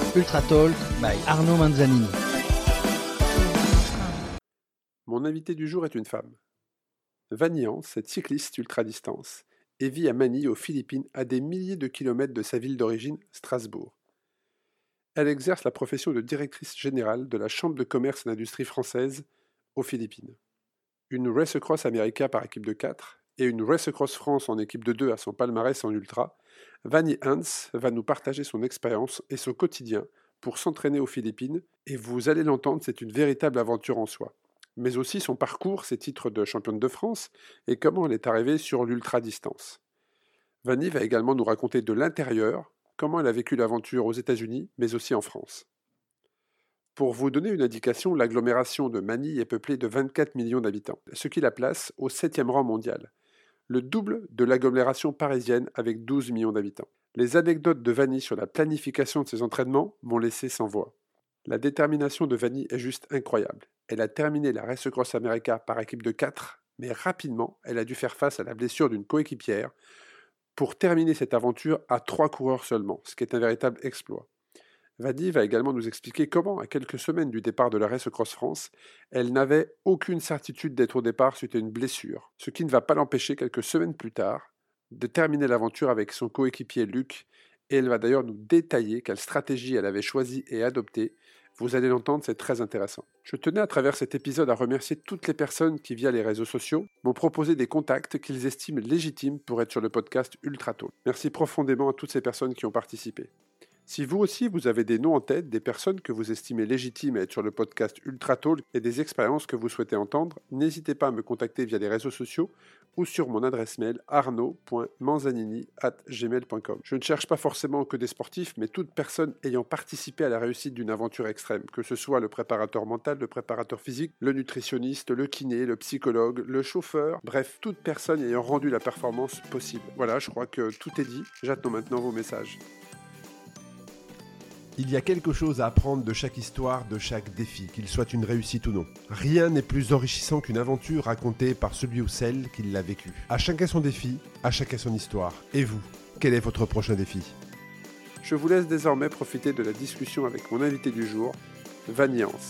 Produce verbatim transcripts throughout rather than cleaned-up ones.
Ultra Talk by Arnaud Manzanini. Mon invité du jour est une femme. Vanny Hans est cycliste ultra-distance et vit à Manille, aux Philippines, à des milliers de kilomètres de sa ville d'origine, Strasbourg. Elle exerce la profession de directrice générale de la Chambre de commerce et d'industrie française aux Philippines. Une Race Across America par équipe de quatre et une Race Across France en équipe de deux à son palmarès en ultra, Vanny Hans va nous partager son expérience et son quotidien pour s'entraîner aux Philippines, et vous allez l'entendre, c'est une véritable aventure en soi. Mais aussi son parcours, ses titres de championne de France, et comment elle est arrivée sur l'ultra-distance. Vanny va également nous raconter de l'intérieur, comment elle a vécu l'aventure aux États-Unis, mais aussi en France. Pour vous donner une indication, l'agglomération de Manille est peuplée de vingt-quatre millions d'habitants, ce qui la place au septième rang mondial, le double de l'agglomération parisienne avec douze millions d'habitants. Les anecdotes de Vanny sur la planification de ses entraînements m'ont laissé sans voix. La détermination de Vanny est juste incroyable. Elle a terminé la Race Across America par équipe de quatre, mais rapidement, elle a dû faire face à la blessure d'une coéquipière pour terminer cette aventure à trois coureurs seulement, ce qui est un véritable exploit. Vanny va également nous expliquer comment, à quelques semaines du départ de la Race Across France, elle n'avait aucune certitude d'être au départ suite à une blessure, ce qui ne va pas l'empêcher quelques semaines plus tard de terminer l'aventure avec son coéquipier Luc, et elle va d'ailleurs nous détailler quelle stratégie elle avait choisie et adoptée. Vous allez l'entendre, c'est très intéressant. Je tenais à travers cet épisode à remercier toutes les personnes qui, via les réseaux sociaux, m'ont proposé des contacts qu'ils estiment légitimes pour être sur le podcast Ultra Talk. Merci profondément à toutes ces personnes qui ont participé. Si vous aussi, vous avez des noms en tête, des personnes que vous estimez légitimes à être sur le podcast Ultra Talk et des expériences que vous souhaitez entendre, n'hésitez pas à me contacter via les réseaux sociaux ou sur mon adresse mail arnaud point manzanini arobase gmail point com. Je ne cherche pas forcément que des sportifs, mais toute personne ayant participé à la réussite d'une aventure extrême, que ce soit le préparateur mental, le préparateur physique, le nutritionniste, le kiné, le psychologue, le chauffeur, bref, toute personne ayant rendu la performance possible. Voilà, je crois que tout est dit. J'attends maintenant vos messages. Il y a quelque chose à apprendre de chaque histoire, de chaque défi, qu'il soit une réussite ou non. Rien n'est plus enrichissant qu'une aventure racontée par celui ou celle qui l'a vécue. À chacun son défi, à chacun son histoire. Et vous, quel est votre prochain défi ? Je vous laisse désormais profiter de la discussion avec mon invité du jour, Vanny Hans.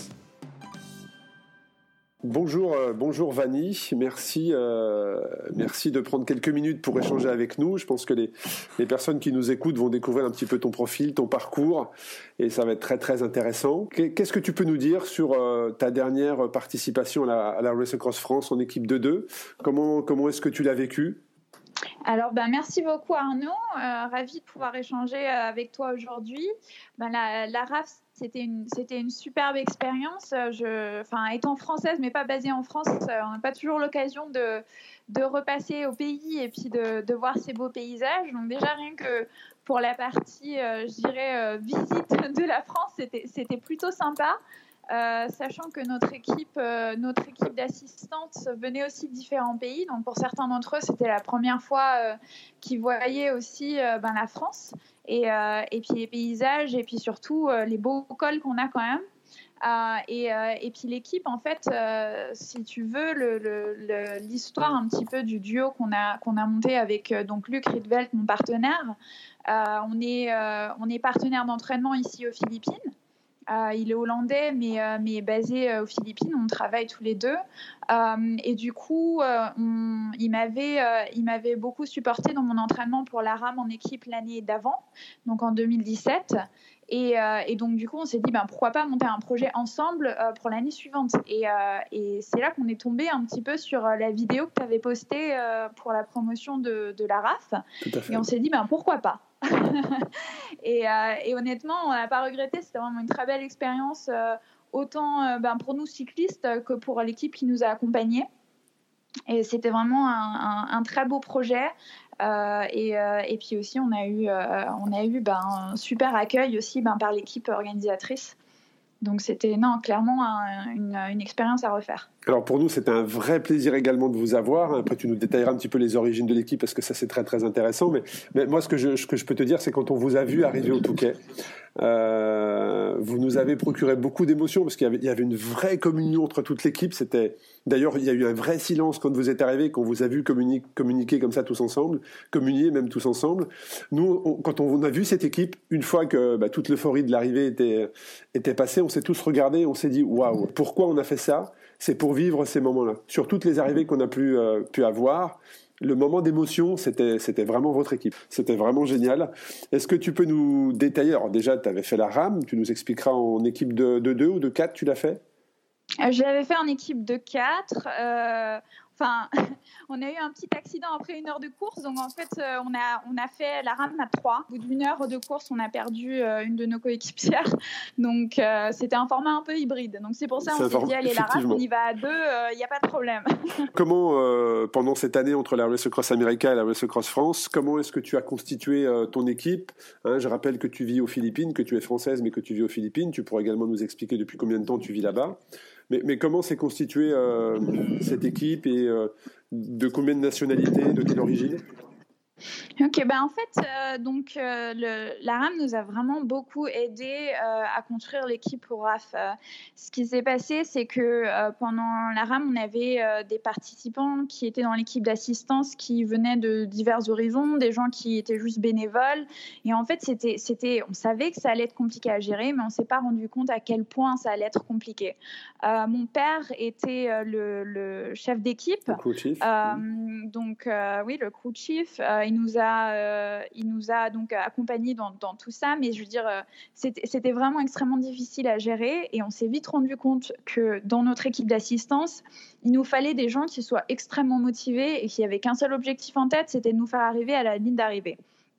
Bonjour, euh, bonjour Vanny, merci, euh, merci de prendre quelques minutes pour échanger avec nous. Je pense que les, les personnes qui nous écoutent vont découvrir un petit peu ton profil, ton parcours, et ça va être très très intéressant. Qu'est-ce que tu peux nous dire sur euh, ta dernière participation à la, à la Race Across France en équipe de deux ? Comment, comment est-ce que tu l'as vécu ? Alors, ben, merci beaucoup Arnaud, euh, ravie de pouvoir échanger avec toi aujourd'hui. Ben, la, la R A F, c'était une, c'était une superbe expérience. Je, enfin, étant française, mais pas basée en France, on n'a pas toujours l'occasion de, de repasser au pays et puis de, de voir ces beaux paysages. Donc déjà, rien que pour la partie, euh, je dirais, euh, visite de la France, c'était, c'était plutôt sympa. Euh, sachant que notre équipe, euh, notre équipe d'assistantes venait aussi de différents pays. Donc, pour certains d'entre eux, c'était la première fois euh, qu'ils voyaient aussi euh, ben, la France et, euh, et puis les paysages et puis surtout euh, les beaux cols qu'on a quand même. Euh, et, euh, et puis l'équipe, en fait, euh, si tu veux, le, le, le, l'histoire un petit peu du duo qu'on a, qu'on a monté avec euh, donc Luc Rietveld, mon partenaire, euh, on est, euh, on est partenaire d'entraînement ici aux Philippines. Euh, il est hollandais, mais, euh, mais basé euh, aux Philippines. On travaille tous les deux. Euh, et du coup, euh, on, il, m'avait, euh, il m'avait beaucoup supporté dans mon entraînement pour la R A M en équipe l'année d'avant, donc en deux mille dix-sept. Et, euh, et donc, du coup, on s'est dit, ben, pourquoi pas monter un projet ensemble euh, pour l'année suivante. Et, euh, et c'est là qu'on est tombé un petit peu sur la vidéo que tu avais postée euh, pour la promotion de, de la R A F. Et on s'est dit, ben, pourquoi pas. et, euh, et honnêtement, on n'a pas regretté. C'était vraiment une très belle expérience, euh, autant euh, ben, pour nous cyclistes que pour l'équipe qui nous a accompagnés. Et c'était vraiment un, un, un très beau projet. Euh, et, euh, et puis aussi, on a eu, euh, on a eu ben, un super accueil aussi ben, par l'équipe organisatrice. Donc c'était non, clairement un, une, une expérience à refaire. Alors pour nous, c'était un vrai plaisir également de vous avoir. Après, tu nous détailleras un petit peu les origines de l'équipe parce que ça, c'est très très intéressant. Mais, mais moi, ce que, je, ce que je peux te dire, c'est quand on vous a vu arriver au Touquet, Euh, vous nous avez procuré beaucoup d'émotions parce qu'il y avait, il y avait une vraie communion entre toute l'équipe. C'était, d'ailleurs, il y a eu un vrai silence quand vous êtes arrivés, quand on vous a vu communi- communiquer comme ça tous ensemble, communier même tous ensemble. Nous, on, quand on a vu cette équipe, une fois que bah, toute l'euphorie de l'arrivée était, était passée, on s'est tous regardés, on s'est dit waouh, pourquoi on a fait ça ? C'est pour vivre ces moments-là. Sur toutes les arrivées qu'on a pu, euh, pu avoir, le moment d'émotion, c'était, c'était vraiment votre équipe. C'était vraiment génial. Est-ce que tu peux nous détailler ? Alors déjà, tu avais fait la rame, tu nous expliqueras en équipe de, de deux ou de quatre, tu l'as fait ? Je l'avais fait en équipe de quatre. Euh, enfin, on a eu un petit accident après une heure de course. Donc, en fait, euh, on, a, on a fait la rame à trois. Au bout d'une heure de course, on a perdu euh, une de nos coéquipières. Donc, euh, c'était un format un peu hybride. Donc, c'est pour ça qu'on s'est dit, allez, la rame, on y va à deux, il n'y a pas de problème. Comment, euh, pendant cette année entre la Race Across America et la Race Across France, comment est-ce que tu as constitué euh, ton équipe ? Hein, je rappelle que tu vis aux Philippines, que tu es française, mais que tu vis aux Philippines. Tu pourrais également nous expliquer depuis combien de temps tu vis là-bas. Mais, mais comment s'est constituée euh, cette équipe et euh, de combien de nationalités, de quelle origine ? Ok, ben en fait, euh, donc euh, le, la rame nous a vraiment beaucoup aidé euh, à construire l'équipe au R A F. Euh, ce qui s'est passé, c'est que euh, pendant la rame, on avait euh, des participants qui étaient dans l'équipe d'assistance, qui venaient de divers horizons, des gens qui étaient juste bénévoles. Et en fait, c'était, c'était, on savait que ça allait être compliqué à gérer, mais on s'est pas rendu compte à quel point ça allait être compliqué. Euh, mon père était euh, le, le chef d'équipe, le crew chief. Euh, donc euh, oui, le crew chief. Euh, il nous a, euh, il nous a donc accompagnés dans, dans tout ça, mais je veux dire, euh, c'était, c'était vraiment extrêmement difficile à gérer et on s'est vite rendu compte que dans notre équipe d'assistance, il nous fallait des gens qui soient extrêmement motivés et qui n'avaient qu'un seul objectif en tête, c'était de nous faire arriver à la ligne d'arrivée.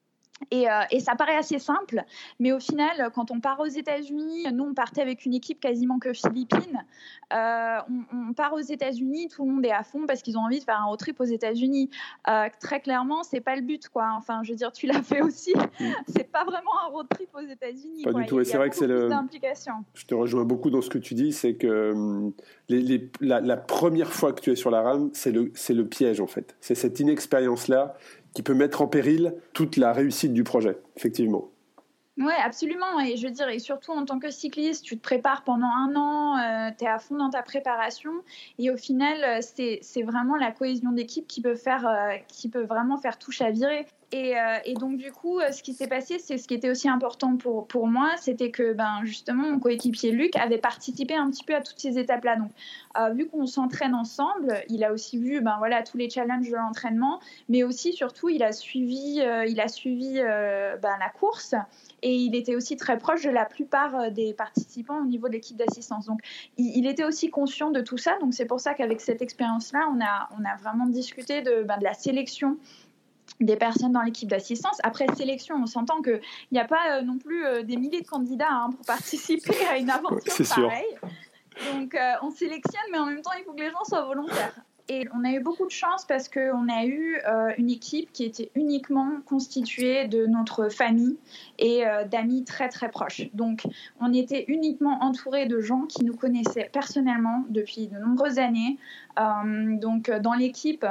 Et, euh, et ça paraît assez simple, mais au final, quand on part aux États-Unis, nous on partait avec une équipe quasiment que philippine. Euh, on, on part aux États-Unis, tout le monde est à fond parce qu'ils ont envie de faire un road trip aux États-Unis. Euh, très clairement, c'est pas le but, quoi. Enfin, je veux dire, tu l'as fait aussi. C'est pas vraiment un road trip aux États-Unis. Pas quoi. du tout. Et c'est vrai que c'est le. Je te rejoins beaucoup dans ce que tu dis, c'est que les, les, la, la première fois que tu es sur la rame, c'est le, c'est le piège en fait. C'est cette inexpérience-là qui peut mettre en péril toute la réussite du projet, effectivement. Oui, absolument. Et je veux dire, et surtout en tant que cycliste, tu te prépares pendant un an, euh, tu es à fond dans ta préparation. Et au final, c'est, c'est vraiment la cohésion d'équipe qui peut, faire, euh, qui peut vraiment faire tout chavirer. Et, euh, et donc, du coup, ce qui s'est passé, c'est ce qui était aussi important pour, pour moi, c'était que ben, justement, mon coéquipier Luc avait participé un petit peu à toutes ces étapes-là. Donc, euh, vu qu'on s'entraîne ensemble, il a aussi vu ben, voilà, tous les challenges de l'entraînement, mais aussi, surtout, il a suivi, euh, il a suivi euh, ben, la course et il était aussi très proche de la plupart des participants au niveau de l'équipe d'assistance. Donc, il, il était aussi conscient de tout ça. Donc, c'est pour ça qu'avec cette expérience-là, on a, on a vraiment discuté de, ben, de la sélection des personnes dans l'équipe d'assistance. Après sélection, on s'entend qu'il n'y a pas euh, non plus euh, des milliers de candidats hein, pour participer à une aventure c'est pareille. Sûr. Donc, euh, on sélectionne, mais en même temps, il faut que les gens soient volontaires. Et on a eu beaucoup de chance parce qu'on a eu euh, une équipe qui était uniquement constituée de notre famille et euh, d'amis très, très proches. Donc, on était uniquement entourés de gens qui nous connaissaient personnellement depuis de nombreuses années. Euh, donc, dans l'équipe,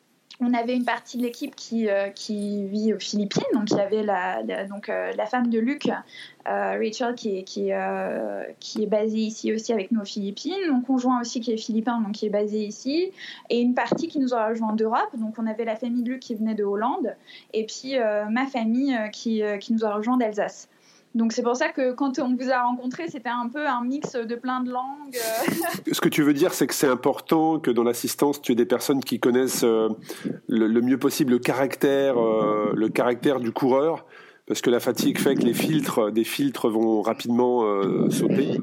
on avait une partie de l'équipe qui, euh, qui vit aux Philippines. Donc, il y avait la, la, donc, euh, la femme de Luc, euh, Rachel, qui est, qui, euh, qui est basée ici aussi avec nous aux Philippines. Mon conjoint aussi qui est philippin, donc qui est basé ici. Et une partie qui nous a rejoint d'Europe. Donc, on avait la famille de Luc qui venait de Hollande. Et puis, euh, ma famille euh, qui, euh, qui nous a rejoint d'Alsace. Donc, c'est pour ça que quand on vous a rencontrés, c'était un peu un mix de plein de langues. Ce que tu veux dire, c'est que c'est important que dans l'assistance, tu aies des personnes qui connaissent euh, le, le mieux possible le caractère, euh, le caractère du coureur, parce que la fatigue fait que les filtres, des filtres vont rapidement euh, sauter.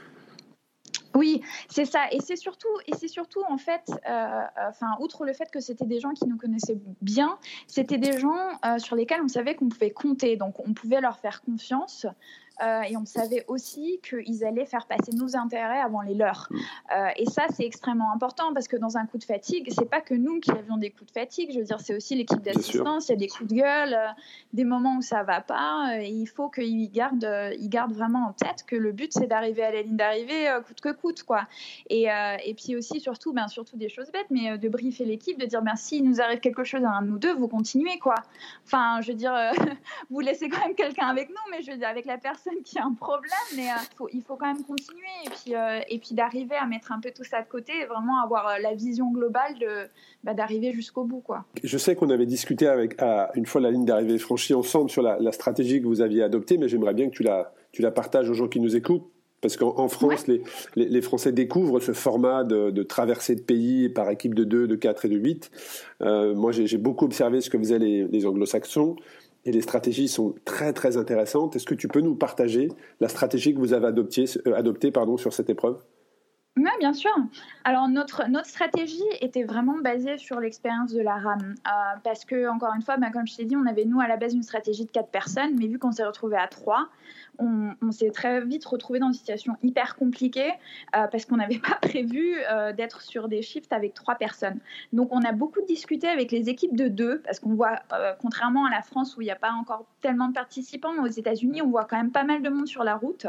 Oui, c'est ça. Et c'est surtout, et c'est surtout en fait, euh, enfin, outre le fait que c'était des gens qui nous connaissaient bien, c'était des gens euh, sur lesquels on savait qu'on pouvait compter. Donc, on pouvait leur faire confiance. Euh, et on savait aussi qu'ils allaient faire passer nos intérêts avant les leurs. Euh, et ça, c'est extrêmement important parce que dans un coup de fatigue, c'est pas que nous qui avions des coups de fatigue. Je veux dire, c'est aussi l'équipe d'assistance. Il y a des coups de gueule, euh, des moments où ça va pas. Euh, et il faut qu'ils gardent, euh, ils gardent vraiment en tête que le but, c'est d'arriver à la ligne d'arrivée euh, coûte que coûte, quoi. Et, euh, et puis aussi, surtout, ben, surtout des choses bêtes, mais euh, de briefer l'équipe, de dire, ben, s'il nous arrive quelque chose à un de nous deux, vous continuez, quoi. Enfin, je veux dire, euh, vous laissez quand même quelqu'un avec nous, mais je veux dire, avec la personne personne qui a un problème, mais euh, faut, il faut quand même continuer et puis, euh, et puis d'arriver à mettre un peu tout ça de côté et vraiment avoir euh, la vision globale de, bah, d'arriver jusqu'au bout, quoi. Je sais qu'on avait discuté avec, à, une fois la ligne d'arrivée franchie ensemble sur la, la stratégie que vous aviez adoptée, mais j'aimerais bien que tu la, tu la partages aux gens qui nous écoutent. Parce qu'en en France, ouais. les, les, les Français découvrent ce format de, de traversée de pays par équipe de deux, de quatre et de huit. Euh, moi, j'ai, j'ai beaucoup observé ce que faisaient les, les anglo-saxons et les stratégies sont très, très intéressantes. Est-ce que tu peux nous partager la stratégie que vous avez adoptée, euh, adoptée pardon, sur cette épreuve ? Oui, bien sûr. Alors, notre, notre stratégie était vraiment basée sur l'expérience de la RAM. Euh, parce que, encore une fois, bah, comme je t'ai dit, on avait, nous, à la base, une stratégie de quatre personnes. Mais vu qu'on s'est retrouvés à trois, on, on s'est très vite retrouvés dans une situation hyper compliquée euh, parce qu'on n'avait pas prévu euh, d'être sur des shifts avec trois personnes. Donc, on a beaucoup discuté avec les équipes de deux parce qu'on voit, euh, contrairement à la France où il n'y a pas encore tellement de participants, mais aux États-Unis, on voit quand même pas mal de monde sur la route.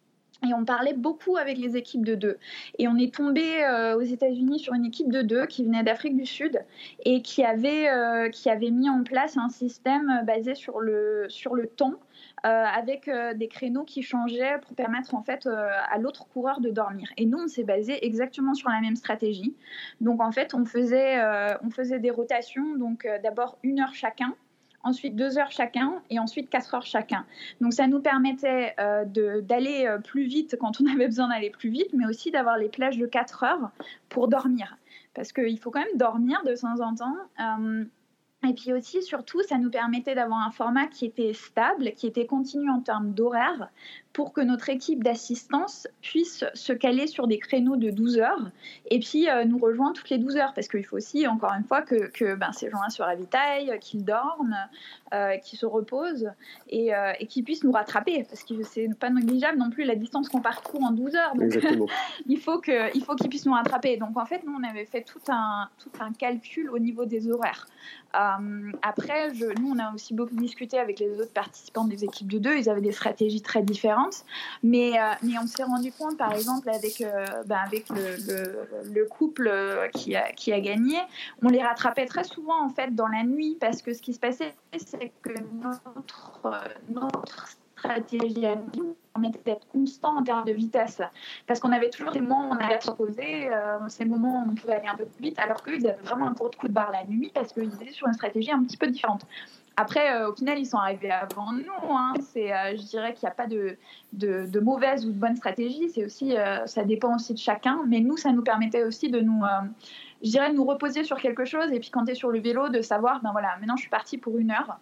Et on parlait beaucoup avec les équipes de deux. Et on est tombé euh, aux États-Unis sur une équipe de deux qui venait d'Afrique du Sud et qui avait, euh, qui avait mis en place un système basé sur le, sur le temps euh, avec euh, des créneaux qui changeaient pour permettre en fait euh, à l'autre coureur de dormir. Et nous, on s'est basé exactement sur la même stratégie. Donc en fait, on faisait, euh, on faisait des rotations, donc euh, d'abord une heure chacun, ensuite deux heures chacun et ensuite quatre heures chacun. Donc ça nous permettait euh, de, d'aller euh, plus vite quand on avait besoin d'aller plus vite, mais aussi d'avoir les plages de quatre heures pour dormir. Parce qu'il faut quand même dormir de temps en temps. Euh, et puis aussi, surtout, ça nous permettait d'avoir un format qui était stable, qui était continu en termes d'horaire, pour que notre équipe d'assistance puisse se caler sur des créneaux de douze heures et puis euh, nous rejoindre toutes les douze heures. Parce qu'il faut aussi, encore une fois, que, que ben, ces gens-là se ravitaillent, qu'ils dorment, euh, qu'ils se reposent et, euh, et qu'ils puissent nous rattraper. Parce que c'est pas négligeable non plus la distance qu'on parcourt en douze heures. Donc il, faut que, il faut qu'ils puissent nous rattraper. Donc en fait, nous, on avait fait tout un, tout un calcul au niveau des horaires. Euh, après, je, nous, on a aussi beaucoup discuté avec les autres participants des équipes de deux. Ils avaient des stratégies très différentes. Mais, euh, mais on s'est rendu compte, par exemple, avec, euh, ben avec le, le, le couple qui a, qui a gagné, on les rattrapait très souvent en fait, dans la nuit parce que ce qui se passait, c'est que notre, notre stratégie à nous permettait d'être constant en termes de vitesse. Parce qu'on avait toujours des moments où on allait se reposer, euh, ces moments où on pouvait aller un peu plus vite, alors qu'eux, ils avaient vraiment un gros coup de barre la nuit parce qu'ils étaient sur une stratégie un petit peu différente. Après, euh, au final, ils sont arrivés avant nous. Hein. C'est, euh, je dirais qu'il n'y a pas de, de, de mauvaise ou de bonne stratégie. C'est aussi, euh, ça dépend aussi de chacun. Mais nous, ça nous permettait aussi de nous, euh, je dirais, de nous reposer sur quelque chose. Et puis, quand tu es sur le vélo, de savoir, ben voilà, maintenant, je suis partie pour une heure.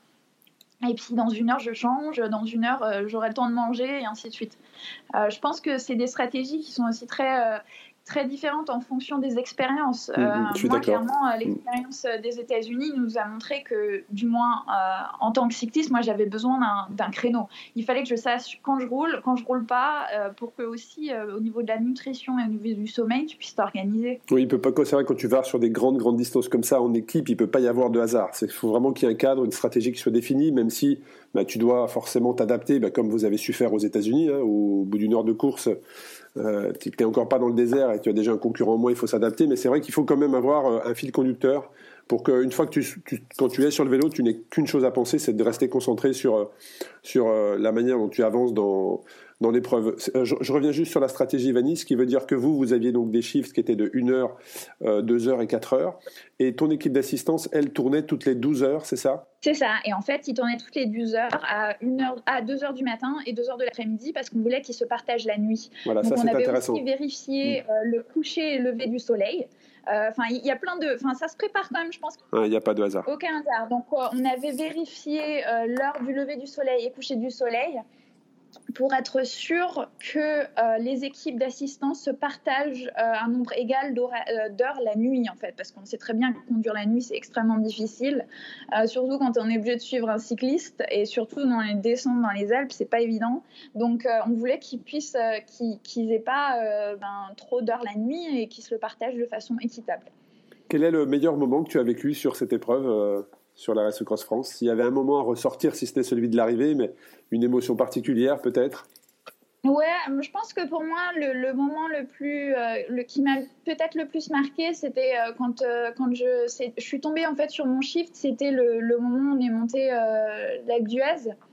Et puis, dans une heure, je change. Dans une heure, euh, j'aurai le temps de manger et ainsi de suite. Euh, je pense que c'est des stratégies qui sont aussi très... Euh, très différentes en fonction des expériences. Mmh, euh, je suis moi, d'accord. clairement, euh, l'expérience des États-Unis nous a montré que, du moins, euh, en tant que cycliste, moi, j'avais besoin d'un, d'un créneau. Il fallait que je sache quand je roule, quand je roule pas, euh, pour que aussi, euh, au niveau de la nutrition et au niveau du sommeil, tu puisses t'organiser. Oui, il peut pas. C'est vrai, quand tu vas sur des grandes, grandes distances comme ça en équipe, il peut pas y avoir de hasard. Il faut vraiment qu'il y ait un cadre, une stratégie qui soit définie, même si bah, tu dois forcément t'adapter, bah, comme vous avez su faire aux États-Unis, hein, où, au bout d'une heure de course. Euh, tu n'es encore pas dans le désert et tu as déjà un concurrent en moins, il faut s'adapter, mais c'est vrai qu'il faut quand même avoir un fil conducteur pour qu'une fois que tu, tu, quand tu es sur le vélo, tu n'aies qu'une chose à penser, c'est de rester concentré sur, sur la manière dont tu avances dans, dans l'épreuve. Je, je reviens juste sur la stratégie Vanille, ce qui veut dire que vous, vous aviez donc des shifts qui étaient de une heure, euh, deux heures et quatre heures, et ton équipe d'assistance, elle tournait toutes les douze heures, c'est ça ? C'est ça, et en fait, ils tournaient toutes les douze heures à, une heure, à deux heures du matin et deux heures de l'après-midi parce qu'on voulait qu'ils se partagent la nuit. Voilà, donc ça, on c'est avait intéressant. aussi vérifié euh, le coucher et le lever du soleil. Enfin, euh, il y a plein de... Enfin, ça se prépare quand même, je pense. Il n'y a pas de hasard. Aucun hasard. Donc, euh, on avait vérifié euh, l'heure du lever du soleil et coucher du soleil pour être sûr que euh, les équipes d'assistance se partagent euh, un nombre égal euh, d'heures la nuit, en fait, parce qu'on sait très bien que conduire la nuit, c'est extrêmement difficile, euh, surtout quand on est obligé de suivre un cycliste, et surtout dans les descentes dans les Alpes, c'est pas évident. Donc, euh, on voulait qu'ils puissent, euh, qu'ils, qu'ils aient pas euh, ben, trop d'heures la nuit et qu'ils se le partagent de façon équitable. Quel est le meilleur moment que tu as vécu sur cette épreuve euh... sur la Race Cross France? S'il y avait un moment à ressortir, si c'était celui de l'arrivée, mais une émotion particulière peut-être? Ouais, je pense que pour moi, le, le moment le plus, euh, le, qui m'a peut-être le plus marqué, c'était euh, quand, euh, quand je, je suis tombée en fait sur mon shift, c'était le, le moment où on est monté euh, Lac d'Huez.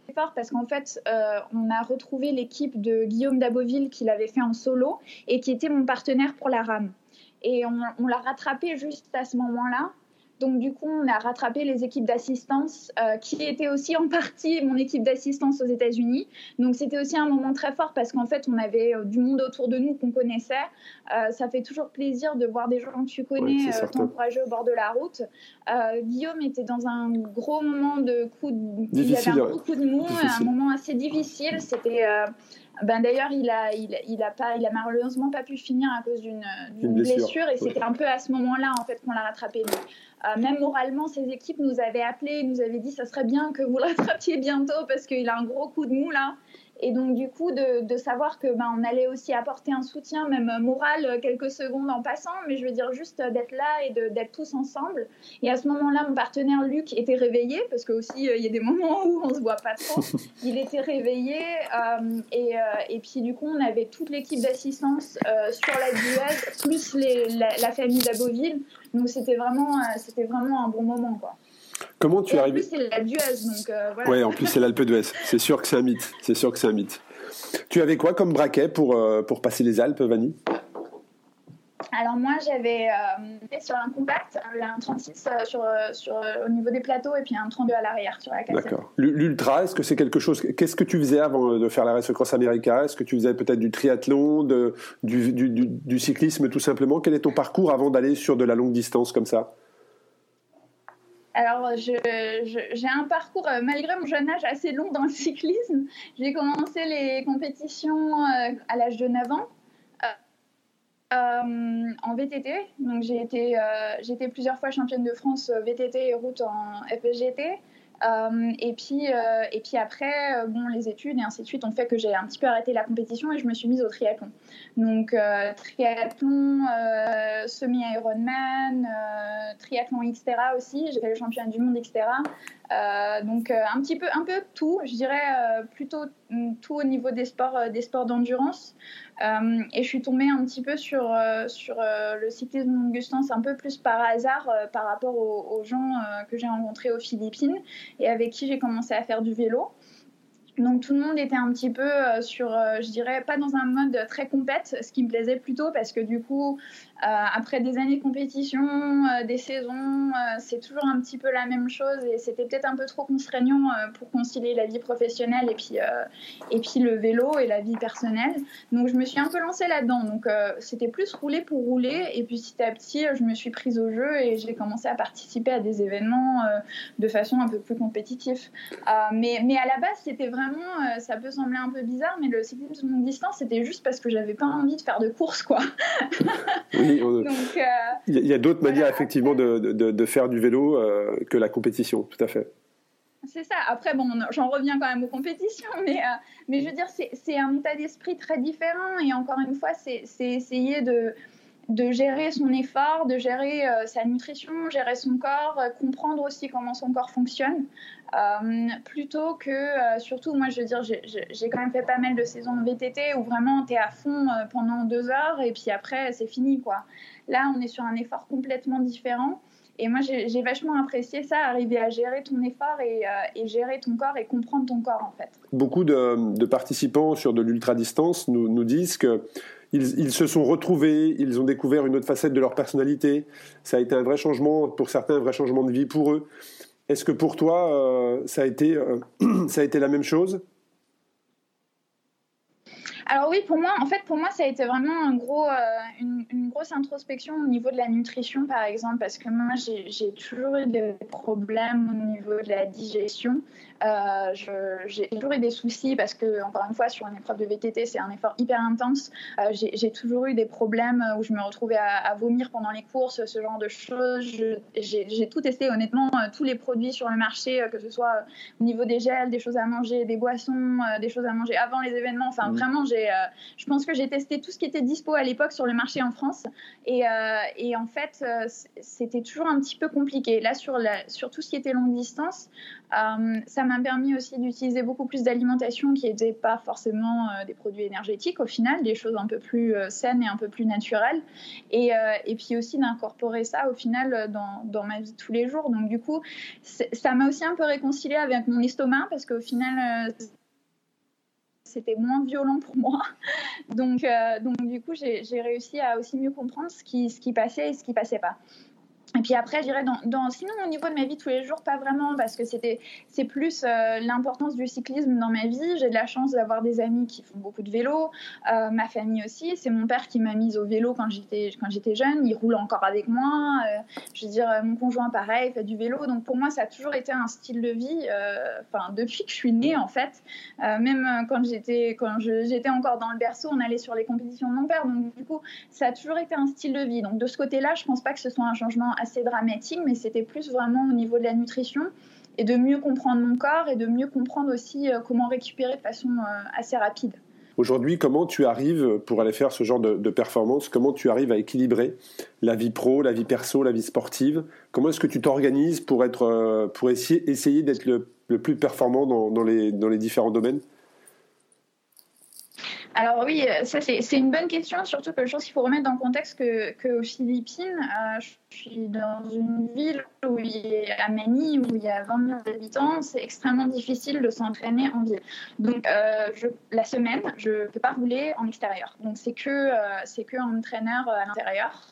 fort parce qu'en fait, euh, on a retrouvé l'équipe de Guillaume Daboville qui l'avait fait en solo et qui était mon partenaire pour la rame. Et on, on l'a rattrapé juste à ce moment-là. Donc, du coup, on a rattrapé les équipes d'assistance euh, qui étaient aussi en partie mon équipe d'assistance aux États-Unis. Donc, c'était aussi un moment très fort parce qu'en fait, on avait euh, du monde autour de nous qu'on connaissait. Euh, ça fait toujours plaisir de voir des gens que tu connais Oui, euh, t'encourager au bord de la route. Euh, Guillaume était dans un gros moment de coup de... Difficile, il avait un gros coup de mou, difficile. un moment assez difficile. C'était... Euh... Ben d'ailleurs, il a, il, il a pas, il a malheureusement pas pu finir à cause d'une, d'une blessure. blessure, et c'était un peu à ce moment-là en fait qu'on l'a rattrapé. Donc, euh, même moralement, ses équipes nous avaient appelés, nous avaient dit, ça serait bien que vous le rattrapiez bientôt parce qu'il a un gros coup de mou là. Et donc du coup, de, de savoir que ben on allait aussi apporter un soutien, même moral, quelques secondes en passant, mais je veux dire juste d'être là et de, d'être tous ensemble. Et à ce moment-là, mon partenaire Luc était réveillé parce que aussi euh, il y a des moments où on se voit pas trop. Il était réveillé euh, et, euh, et puis du coup, on avait toute l'équipe d'assistance euh, sur la Duèze plus les, la, la famille d'Aboville. Donc c'était vraiment, euh, c'était vraiment un bon moment quoi. Comment tu et es en arrivé... plus, c'est la Duèze, donc euh, voilà. Ouais, en plus, c'est l'Alpe d'Huez. C'est sûr que c'est un mythe. C'est sûr que c'est un mythe. Tu avais quoi comme braquet pour, euh, pour passer les Alpes, Vanni ? Alors moi, j'avais euh, sur un compact, un trente-six euh, sur, sur, au niveau des plateaux et puis un trente-deux à l'arrière sur la cassette. D'accord. L'ultra, est-ce que c'est quelque chose... Qu'est-ce que tu faisais avant de faire la Race Cross America ? Est-ce que tu faisais peut-être du triathlon, de, du, du, du, du cyclisme tout simplement ? Quel est ton parcours avant d'aller sur de la longue distance comme ça ? Alors, je, je, j'ai un parcours, euh, malgré mon jeune âge, assez long dans le cyclisme. J'ai commencé les compétitions euh, à l'âge de neuf ans euh, euh, en V T T. Donc, j'ai été, euh, j'ai été plusieurs fois championne de France V T T et route en F S G T. Euh, et, puis, euh, et puis après, euh, bon, les études et ainsi de suite ont fait que j'ai un petit peu arrêté la compétition et je me suis mise au triathlon. Donc, euh, triathlon, euh, semi-Ironman, euh, triathlon Xterra aussi. J'ai fait le championnat du monde Xterra. Euh, donc, euh, un petit peu, un peu tout. Je dirais euh, plutôt tout au niveau des sports, euh, des sports d'endurance. Euh, et je suis tombée un petit peu sur, euh, sur euh, le cyclisme longue distance un peu plus par hasard euh, par rapport aux, aux gens euh, que j'ai rencontrés aux Philippines et avec qui j'ai commencé à faire du vélo. Donc tout le monde était un petit peu euh, sur, euh, je dirais, pas dans un mode très compète, ce qui me plaisait plutôt parce que du coup, euh, après des années de compétition, euh, des saisons, euh, c'est toujours un petit peu la même chose et c'était peut-être un peu trop contraignant euh, pour concilier la vie professionnelle et puis, euh, et puis le vélo et la vie personnelle. Donc je me suis un peu lancée là-dedans. Donc euh, c'était plus rouler pour rouler et puis petit à petit, je me suis prise au jeu et j'ai commencé à participer à des événements euh, de façon un peu plus compétitive. Euh, mais, mais à la base, c'était vraiment Vraiment, euh, ça peut sembler un peu bizarre, mais le cyclisme longue distance, c'était juste parce que j'avais pas envie de faire de course, quoi. Oui, on... Donc, euh, il y a d'autres voilà, manières, effectivement, de, de, de faire du vélo euh, que la compétition, tout à fait. C'est ça. Après, bon, j'en reviens quand même aux compétitions, mais, euh, mais je veux dire, c'est, c'est un état d'esprit très différent, et encore une fois, c'est, c'est essayer de... de gérer son effort, de gérer euh, sa nutrition, gérer son corps, euh, comprendre aussi comment son corps fonctionne, euh, plutôt que, euh, surtout, moi, je veux dire, j'ai, j'ai quand même fait pas mal de saisons de V T T où vraiment, t'es à fond euh, pendant deux heures et puis après, c'est fini, quoi. Là, on est sur un effort complètement différent. Et moi, j'ai, j'ai vachement apprécié ça, arriver à gérer ton effort et, euh, et gérer ton corps et comprendre ton corps, en fait. Beaucoup de, de participants sur de l'ultra-distance nous, nous disent que Ils, ils se sont retrouvés, ils ont découvert une autre facette de leur personnalité. Ça a été un vrai changement, pour certains, un vrai changement de vie pour eux. Est-ce que pour toi, euh, ça, a été, euh, ça a été la même chose ? Alors oui, pour moi, en fait, pour moi, ça a été vraiment un gros, euh, une, une grosse introspection au niveau de la nutrition, par exemple, parce que moi, j'ai, j'ai toujours eu des problèmes au niveau de la digestion. Euh, je, j'ai toujours eu des soucis parce que, encore une fois, sur une épreuve de V T T, c'est un effort hyper intense. Euh, j'ai, j'ai toujours eu des problèmes où je me retrouvais à, à vomir pendant les courses, ce genre de choses. Je, j'ai, j'ai tout testé, honnêtement, euh, tous les produits sur le marché, euh, que ce soit au niveau des gels, des choses à manger, des boissons, euh, des choses à manger avant les événements. Enfin, mmh. vraiment, j'ai j'ai, euh, je pense que j'ai testé tout ce qui était dispo à l'époque sur le marché en France. Et, euh, et en fait, euh, c'était toujours un petit peu compliqué. Là, sur, la, sur tout ce qui était longue distance, euh, ça m'a permis aussi d'utiliser beaucoup plus d'alimentation qui n'était pas forcément euh, des produits énergétiques au final, des choses un peu plus euh, saines et un peu plus naturelles. Et, euh, et puis aussi d'incorporer ça au final dans, dans ma vie de tous les jours. Donc du coup, ça m'a aussi un peu réconciliée avec mon estomac parce qu'au final, euh, c'était moins violent pour moi. Donc, euh, donc du coup, j'ai, j'ai réussi à aussi mieux comprendre ce qui, ce qui passait et ce qui passait pas. Et puis après, je dirais, dans, dans, sinon au niveau de ma vie tous les jours, pas vraiment, parce que c'était, c'est plus euh, l'importance du cyclisme dans ma vie. J'ai de la chance d'avoir des amis qui font beaucoup de vélo, euh, ma famille aussi. C'est mon père qui m'a mise au vélo quand j'étais, quand j'étais jeune. Il roule encore avec moi. Euh, je veux dire, mon conjoint, pareil, fait du vélo. Donc pour moi, ça a toujours été un style de vie, enfin, euh, depuis que je suis née, en fait. Euh, même quand, j'étais, quand je, j'étais encore dans le berceau, on allait sur les compétitions de mon père. Donc du coup, ça a toujours été un style de vie. Donc de ce côté-là, je ne pense pas que ce soit un changement assez dramatique, mais c'était plus vraiment au niveau de la nutrition et de mieux comprendre mon corps et de mieux comprendre aussi euh, comment récupérer de façon euh, assez rapide. Aujourd'hui, comment tu arrives, pour aller faire ce genre de, de performance, comment tu arrives à équilibrer la vie pro, la vie perso, la vie sportive? Comment est-ce que tu t'organises pour, être, euh, pour essayer, essayer d'être le, le plus performant dans, dans, les, dans les différents domaines? Alors oui, ça c'est, c'est une bonne question, surtout que je pense qu'il faut remettre dans le contexte que, qu'aux Philippines, euh, je suis dans une ville où il y a, à Manille, où il y a vingt millions d'habitants, c'est extrêmement difficile de s'entraîner en ville. Donc euh, je, la semaine, je ne peux pas rouler en extérieur. Donc c'est que, euh, c'est que en entraîneur à l'intérieur.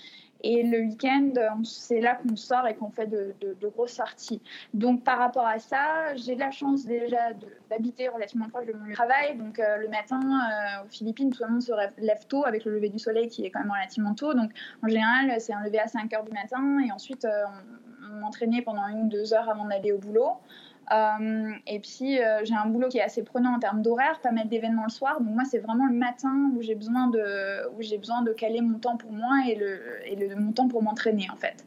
Et le week-end, c'est là qu'on sort et qu'on fait de, de, de grosses sorties. Donc, par rapport à ça, j'ai de la chance déjà de, d'habiter relativement proche de mon travail. Donc, euh, le matin, euh, aux Philippines, tout le monde se lève tôt avec le lever du soleil qui est quand même relativement tôt. Donc, en général, c'est un lever à cinq heures du matin. Et ensuite, euh, on, on m'entraînait pendant une ou deux heures avant d'aller au boulot. Euh, et puis euh, j'ai un boulot qui est assez prenant en termes d'horaire, pas mal d'événements le soir, donc moi c'est vraiment le matin où j'ai besoin de, où j'ai besoin de caler mon temps pour moi et, le, et le, mon temps pour m'entraîner en fait.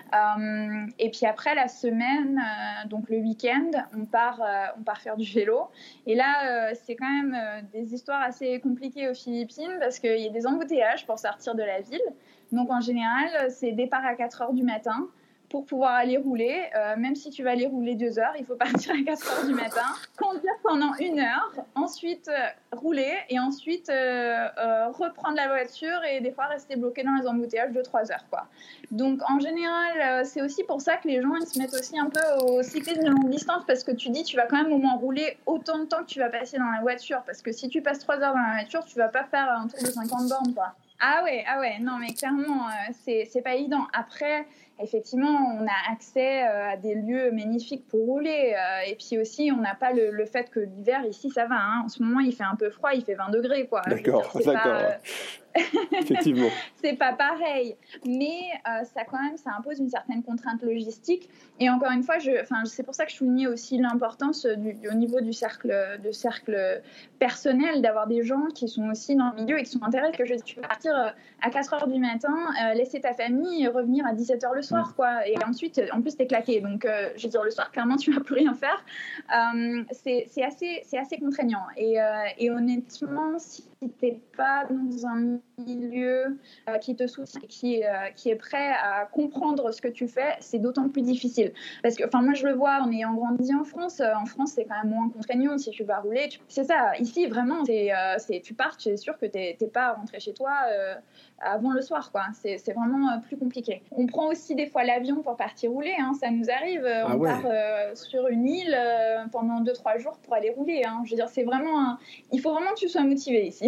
Euh, et puis après la semaine, euh, donc le week-end, on part, euh, on part faire du vélo. Et là euh, c'est quand même euh, des histoires assez compliquées aux Philippines parce qu'il y a des embouteillages pour sortir de la ville. Donc en général c'est départ à quatre heures du matin. Pour pouvoir aller rouler, euh, même si tu vas aller rouler deux heures, il faut partir à quatre heures du matin, conduire pendant une heure, ensuite euh, rouler et ensuite euh, euh, reprendre la voiture et des fois rester bloqué dans les embouteillages de trois heures, quoi. Donc en général, euh, c'est aussi pour ça que les gens ils se mettent aussi un peu au cyclisme de longue distance parce que tu dis tu vas quand même au moins rouler autant de temps que tu vas passer dans la voiture parce que si tu passes trois heures dans la voiture, tu vas pas faire un tour de cinquante bornes, quoi. Ah ouais, ah ouais, non mais clairement, euh, c'est, c'est pas évident. Après, effectivement, on a accès euh, à des lieux magnifiques pour rouler. Euh, et puis aussi, on n'a pas le, le fait que l'hiver, ici, ça va. Hein. En ce moment, il fait un peu froid, il fait vingt degrés, quoi. D'accord, dire, d'accord. Pas, euh... Effectivement. C'est pas pareil. Mais euh, ça, quand même, ça impose une certaine contrainte logistique. Et encore une fois, je, c'est pour ça que je soulignais aussi l'importance du, du, au niveau du cercle, de cercle personnel, d'avoir des gens qui sont aussi dans le milieu et qui sont intéressés. Que je, tu peux partir à quatre heures du matin, euh, laisser ta famille et revenir à dix-sept heures le soir, quoi. Et ensuite, en plus, t'es claqué. Donc, euh, je veux dire, le soir, clairement, tu vas plus rien faire. Euh, c'est, c'est, assez, c'est assez contraignant. Et, euh, et honnêtement, si t'es pas dans un milieu euh, qui te soutient, qui, euh, qui est prêt à comprendre ce que tu fais, c'est d'autant plus difficile. Parce que, enfin, moi, je le vois en ayant grandi en France. Euh, en France, c'est quand même moins contraignant. Si tu vas rouler, tu... c'est ça. Ici, vraiment, c'est, euh, c'est, tu pars, tu es sûr que t'es, t'es pas rentré chez toi euh, avant le soir, quoi. C'est, c'est vraiment euh, plus compliqué. On prend aussi des fois l'avion pour partir rouler. Hein, ça nous arrive. Euh, ah on ouais. part euh, sur une île euh, pendant deux trois jours pour aller rouler. Hein. Je veux dire, c'est vraiment. Un... Il faut vraiment que tu sois motivé ici.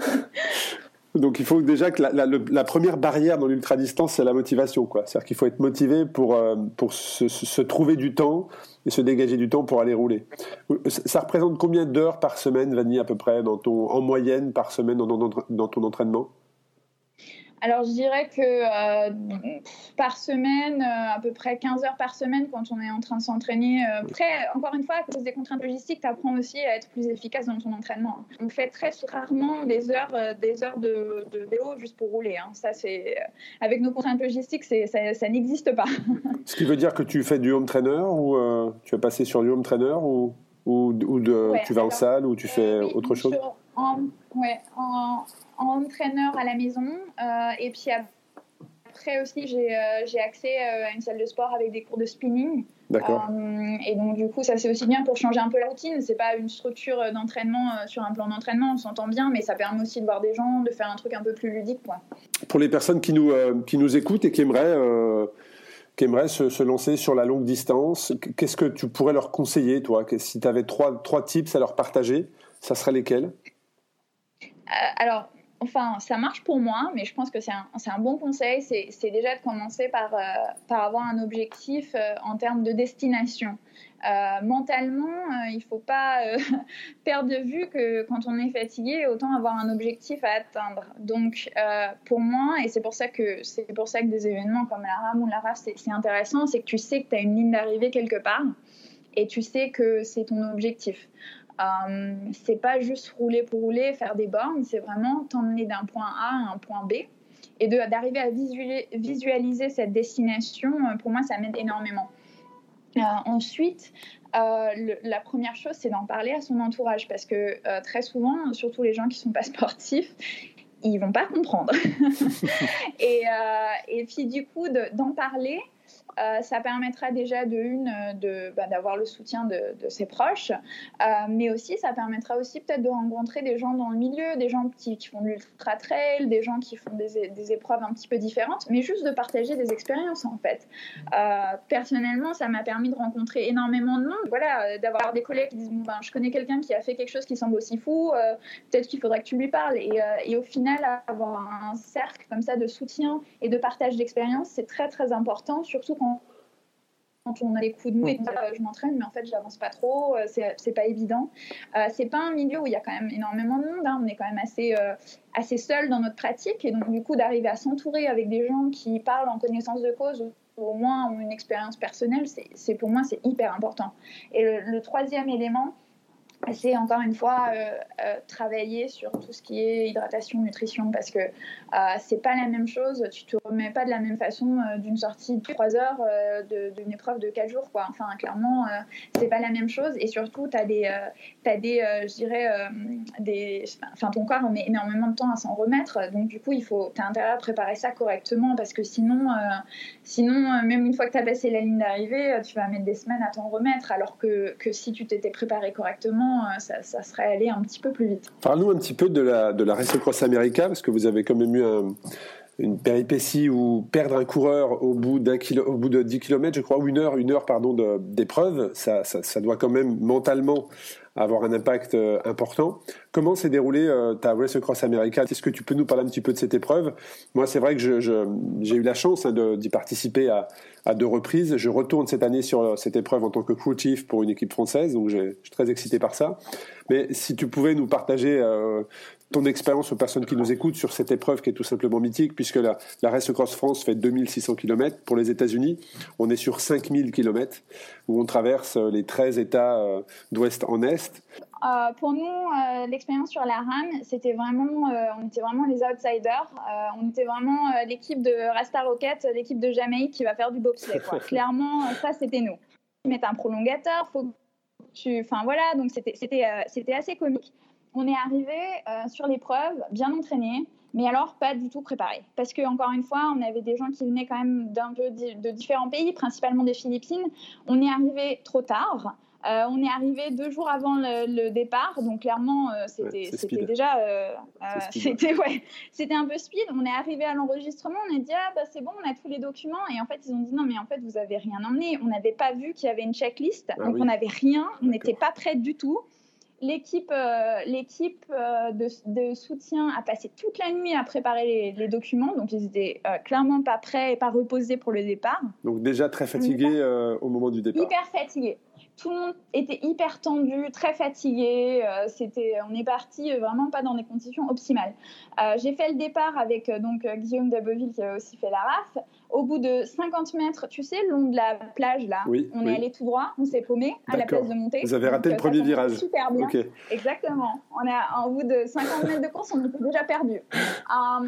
Donc il faut déjà que la, la, la première barrière dans l'ultra-distance, c'est la motivation, quoi. C'est-à-dire qu'il faut être motivé pour, euh, pour se, se trouver du temps et se dégager du temps pour aller rouler. Ça représente combien d'heures par semaine, Vanny, à peu près, dans ton, en moyenne par semaine dans, dans, dans ton entraînement ? Alors, je dirais que euh, par semaine, euh, à peu près quinze heures par semaine quand on est en train de s'entraîner. Euh, après, encore une fois, à cause des contraintes logistiques, tu apprends aussi à être plus efficace dans ton entraînement. On fait très rarement des heures, euh, des heures de, de vélo juste pour rouler. Hein. Ça, c'est, avec nos contraintes logistiques, c'est, ça, ça n'existe pas. Ce qui veut dire que tu fais du home trainer ou euh, tu vas passer sur du home trainer ou, ou, ou de, ouais, tu vas alors, en salle ou tu fais euh, oui, autre chose ? sur... en, ouais, en, en entraîneur à la maison. Euh, et puis après aussi, j'ai, euh, j'ai accès à une salle de sport avec des cours de spinning. D'accord. Euh, et donc, du coup, ça, c'est aussi bien pour changer un peu la routine. C'est pas une structure d'entraînement euh, sur un plan d'entraînement, on s'entend bien, mais ça permet aussi de voir des gens, de faire un truc un peu plus ludique, quoi. Pour les personnes qui nous, euh, qui nous écoutent et qui aimeraient, euh, qui aimeraient se, se lancer sur la longue distance, qu'est-ce que tu pourrais leur conseiller, toi? Si tu avais trois, trois tips à leur partager, ça serait lesquels? euh, Alors, enfin, ça marche pour moi, mais je pense que c'est un, c'est un bon conseil. C'est, c'est déjà de commencer par, euh, par avoir un objectif euh, en termes de destination. Euh, mentalement, euh, il ne faut pas euh, perdre de vue que quand on est fatigué, autant avoir un objectif à atteindre. Donc, euh, pour moi, et c'est pour ça que, c'est pour ça que des événements comme la RAM ou la R A F, c'est, c'est intéressant, c'est que tu sais que tu as une ligne d'arrivée quelque part et tu sais que c'est ton objectif. Euh, c'est pas juste rouler pour rouler, faire des bornes, c'est vraiment t'emmener d'un point A à un point B. Et de, d'arriver à visualiser, visualiser cette destination, pour moi, ça m'aide énormément. Euh, ensuite, euh, le, la première chose, c'est d'en parler à son entourage parce que euh, très souvent, surtout les gens qui ne sont pas sportifs, ils ne vont pas comprendre. et, euh, et puis, du coup, de, d'en parler, Euh, ça permettra déjà de une de, bah, d'avoir le soutien de, de ses proches, euh, mais aussi ça permettra aussi peut-être de rencontrer des gens dans le milieu, des gens qui, qui font de l'ultra trail, des gens qui font des, des épreuves un petit peu différentes, mais juste de partager des expériences en fait. Euh, personnellement, ça m'a permis de rencontrer énormément de monde, voilà, d'avoir des collègues qui disent bon, ben, je connais quelqu'un qui a fait quelque chose qui semble aussi fou, euh, peut-être qu'il faudrait que tu lui parles, et, euh, et au final avoir un cercle comme ça de soutien et de partage d'expériences, c'est très très important, surtout quand quand on a les coups de mou et euh, je m'entraîne, mais en fait, je n'avance pas trop, euh, c'est, c'est pas évident. Euh, c'est pas un milieu où il y a quand même énormément de monde, hein, on est quand même assez, euh, assez seul dans notre pratique, et donc du coup, d'arriver à s'entourer avec des gens qui parlent en connaissance de cause, ou au moins ont une expérience personnelle, c'est, c'est, pour moi, c'est hyper important. Et le, le troisième élément, c'est encore une fois euh, euh, travailler sur tout ce qui est hydratation, nutrition, parce que euh, c'est pas la même chose, tu te remets pas de la même façon euh, d'une sortie de trois heures euh, de, d'une épreuve de quatre jours, quoi. Enfin, clairement, euh, c'est pas la même chose, et surtout, t'as des, euh, t'as des euh, je dirais, euh, des, enfin, ton corps met énormément de temps à s'en remettre, donc du coup, il faut, t'as intérêt à préparer ça correctement, parce que sinon, euh, sinon euh, même une fois que t'as passé la ligne d'arrivée, tu vas mettre des semaines à t'en remettre, alors que, que si tu t'étais préparé correctement, Ça, ça serait allé un petit peu plus vite. Parle-nous un petit peu de la, de la Race Across America, parce que vous avez quand même eu un, une péripétie où perdre un coureur au bout, d'un kilo, au bout de dix kilomètres, je crois, ou une heure, une heure pardon, de, d'épreuve, ça, ça, ça doit quand même mentalement avoir un impact euh, important. Comment s'est déroulée euh, ta Race Across America? Est-ce que tu peux nous parler un petit peu de cette épreuve? Moi, c'est vrai que je, je, j'ai eu la chance hein, de, d'y participer à, à deux reprises. Je retourne cette année sur cette épreuve en tant que crew chief pour une équipe française, donc je suis très excité par ça. Mais si tu pouvais nous partager euh, ton expérience aux personnes qui nous écoutent sur cette épreuve qui est tout simplement mythique, puisque la, la Race Across France fait deux mille six cents kilomètres. Pour les États-Unis, on est sur cinq mille kilomètres, où on traverse les treize États euh, d'ouest en est. Euh, pour nous, euh, l'expérience sur la R A M, c'était vraiment, euh, on était vraiment les outsiders. Euh, on était vraiment euh, l'équipe de Rasta Rocket, l'équipe de Jamaïque qui va faire du bobsleigh, quoi. Clairement, ça, c'était nous. Mettre un prolongateur, faut que tu... Enfin, voilà, donc c'était, c'était, euh, c'était assez comique. On est arrivé euh, sur l'épreuve, bien entraînés, mais alors pas du tout préparés. Parce qu'encore une fois, on avait des gens qui venaient quand même d'un peu di- de différents pays, principalement des Philippines. On est arrivé trop tard. Euh, on est arrivé deux jours avant le, le départ, donc clairement, euh, c'était, Ouais, c'était déjà... Euh, euh, c'était, ouais, c'était un peu speed. On est arrivé à l'enregistrement, on a dit « Ah, bah, c'est bon, on a tous les documents. » Et en fait, ils ont dit « Non, mais en fait, vous n'avez rien emmené. » On n'avait pas vu qu'il y avait une checklist, ah, donc oui. On n'avait rien. On n'était pas prêts du tout. L'équipe, euh, l'équipe euh, de, de soutien a passé toute la nuit à préparer les, les documents, donc ils étaient euh, clairement pas prêts et pas reposés pour le départ. Donc déjà très fatigués euh, au moment du départ. Hyper fatigués. Tout le monde était hyper tendu, très fatigué. Euh, c'était, on est parti vraiment pas dans des conditions optimales. Euh, j'ai fait le départ avec euh, donc Guillaume Dabeville qui avait aussi fait la R A F. Au bout de cinquante mètres, tu sais, le long de la plage là, oui, on oui. est allé tout droit, on s'est paumé à la place de montée. Vous avez raté donc, le premier ça, virage. Super bien. Okay. Exactement. On a, au bout de cinquante mètres de course, on était déjà perdu. Um,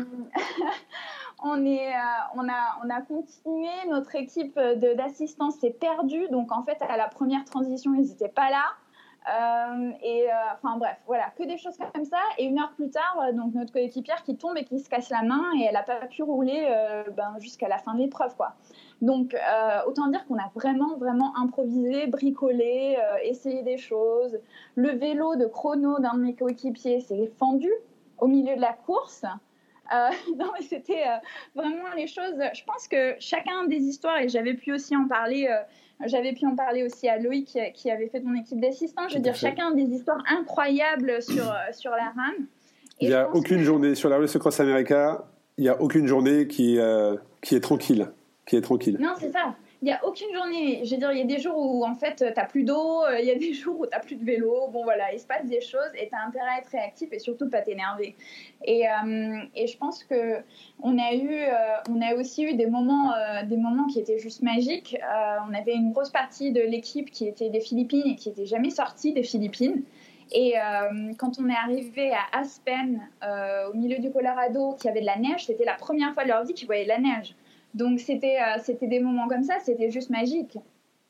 On, est, euh, on, a, on a continué, notre équipe de, d'assistance s'est perdue, donc en fait à la première transition ils n'étaient pas là, Euh, et euh, enfin bref, voilà, que des choses comme ça. Et une heure plus tard, euh, donc notre coéquipière qui tombe et qui se casse la main et elle n'a pas pu rouler euh, ben, jusqu'à la fin de l'épreuve, quoi. Donc euh, autant dire qu'on a vraiment, vraiment improvisé, bricolé, euh, essayé des choses. Le vélo de chrono d'un de mes coéquipiers s'est fendu au milieu de la course. Euh, non, mais c'était euh, vraiment les choses. Je pense que chacun des histoires, et j'avais pu aussi en parler, euh, j'avais pu en parler aussi à Loïc qui, qui avait fait mon équipe d'assistants. Je veux dire, chacun des histoires incroyables sur, euh, sur la rame. Et il n'y a aucune que... journée sur la Race Cross America, il n'y a aucune journée qui, euh, qui est tranquille. Qui est tranquille. Non, c'est ça. Il n'y a aucune journée. Je veux dire, il y a des jours où, en fait, tu n'as plus d'eau, il y a des jours où tu n'as plus de vélo. Bon, voilà, il se passe des choses et tu as intérêt à être réactif et surtout pas t'énerver. Et, euh, et je pense qu'on a, eu, euh, on a aussi eu des moments, euh, des moments qui étaient juste magiques. Euh, on avait une grosse partie de l'équipe qui était des Philippines et qui n'était jamais sortie des Philippines. Et euh, quand on est arrivé à Aspen, euh, au milieu du Colorado, qui avait de la neige, c'était la première fois de leur vie qu'ils voyaient de la neige. Donc, c'était, euh, c'était des moments comme ça, c'était juste magique.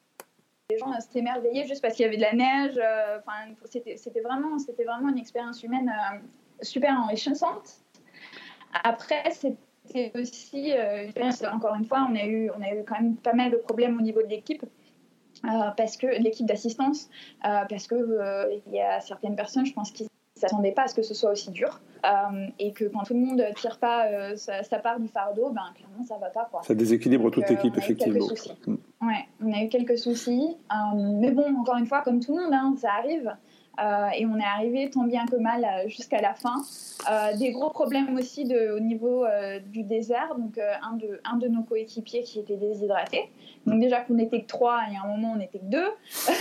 Les gens euh, s'étaient émerveillés juste parce qu'il y avait de la neige. Euh, c'était, c'était, vraiment, c'était vraiment une expérience humaine euh, super enrichissante. Après, c'était aussi, euh, encore une fois, on a, eu, on a eu quand même pas mal de problèmes au niveau de l'équipe. Euh, parce que l'équipe d'assistance, euh, parce qu'il euh, y a certaines personnes, je pense, qui ne s'attendaient pas à ce que ce soit aussi dur. Euh, et que quand tout le monde ne tire pas euh, sa, sa part du fardeau, ben, clairement, ça ne va pas, quoi. Ça déséquilibre Donc, toute euh, l'équipe, effectivement. Mm. Ouais, on a eu quelques soucis. Euh, mais bon, encore une fois, comme tout le monde, hein, ça arrive. Euh, et on est arrivé tant bien que mal euh, jusqu'à la fin. Euh, des gros problèmes aussi de, au niveau euh, du désert. Donc, euh, un, de, un de nos coéquipiers qui était déshydraté. Donc, déjà qu'on n'était que trois, et à un moment, on n'était que deux.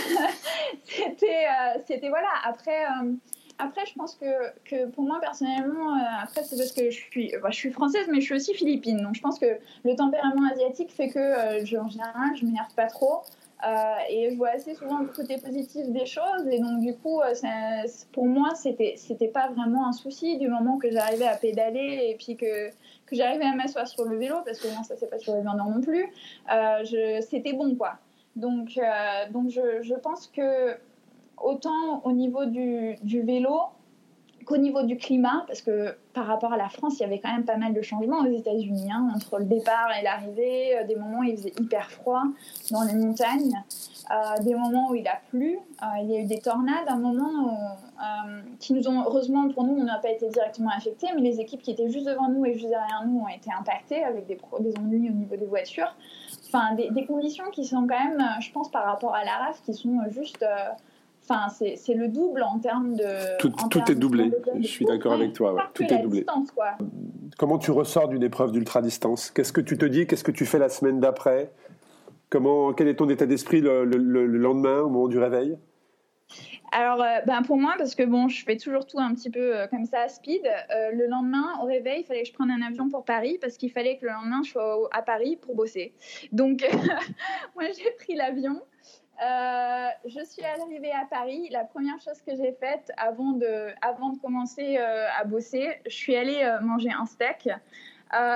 c'était, euh, c'était, voilà, après... Euh, Après, je pense que, que pour moi, personnellement, euh, après, c'est parce que je suis, bah, je suis française, mais je suis aussi philippine. Donc, je pense que le tempérament asiatique fait que, euh, je, en général, je ne m'énerve pas trop. Euh, et je vois assez souvent le côté positif des choses. Et donc, du coup, euh, ça, pour moi, c'était, c'était pas vraiment un souci du moment que j'arrivais à pédaler et puis que, que j'arrivais à m'asseoir sur le vélo, parce que non, ça, c'est pas sur le vélo non plus. Euh, je, c'était bon, quoi. Donc, euh, donc je, je pense que autant au niveau du, du vélo qu'au niveau du climat, parce que par rapport à la France, il y avait quand même pas mal de changements aux États-Unis, hein, entre le départ et l'arrivée, euh, des moments où il faisait hyper froid dans les montagnes, euh, des moments où il a plu, euh, il y a eu des tornades, un moment où, euh, qui nous ont, heureusement pour nous, on n'a pas été directement affectés, mais les équipes qui étaient juste devant nous et juste derrière nous ont été impactées avec des, des ennuis au niveau des voitures. Enfin, des, des conditions qui sont quand même, je pense, par rapport à la R A F, qui sont juste... Euh, Enfin, c'est, c'est le double en termes de... Tout, en tout termes est doublé, de je suis d'accord avec toi. Ouais. Tout est doublé. Distance, quoi. Comment tu ressors d'une épreuve d'ultra-distance ? Qu'est-ce que tu te dis ? Qu'est-ce que tu fais la semaine d'après ? Comment, quel est ton état d'esprit le, le, le lendemain, au moment du réveil ? Alors, euh, ben pour moi, parce que bon, je fais toujours tout un petit peu euh, comme ça, speed, euh, le lendemain, au réveil, il fallait que je prenne un avion pour Paris, parce qu'il fallait que le lendemain, je sois au, à Paris pour bosser. Donc, moi, j'ai pris l'avion. Euh, je suis arrivée à Paris. La première chose que j'ai faite avant de, avant de commencer euh, à bosser, je suis allée euh, manger un steak. Euh,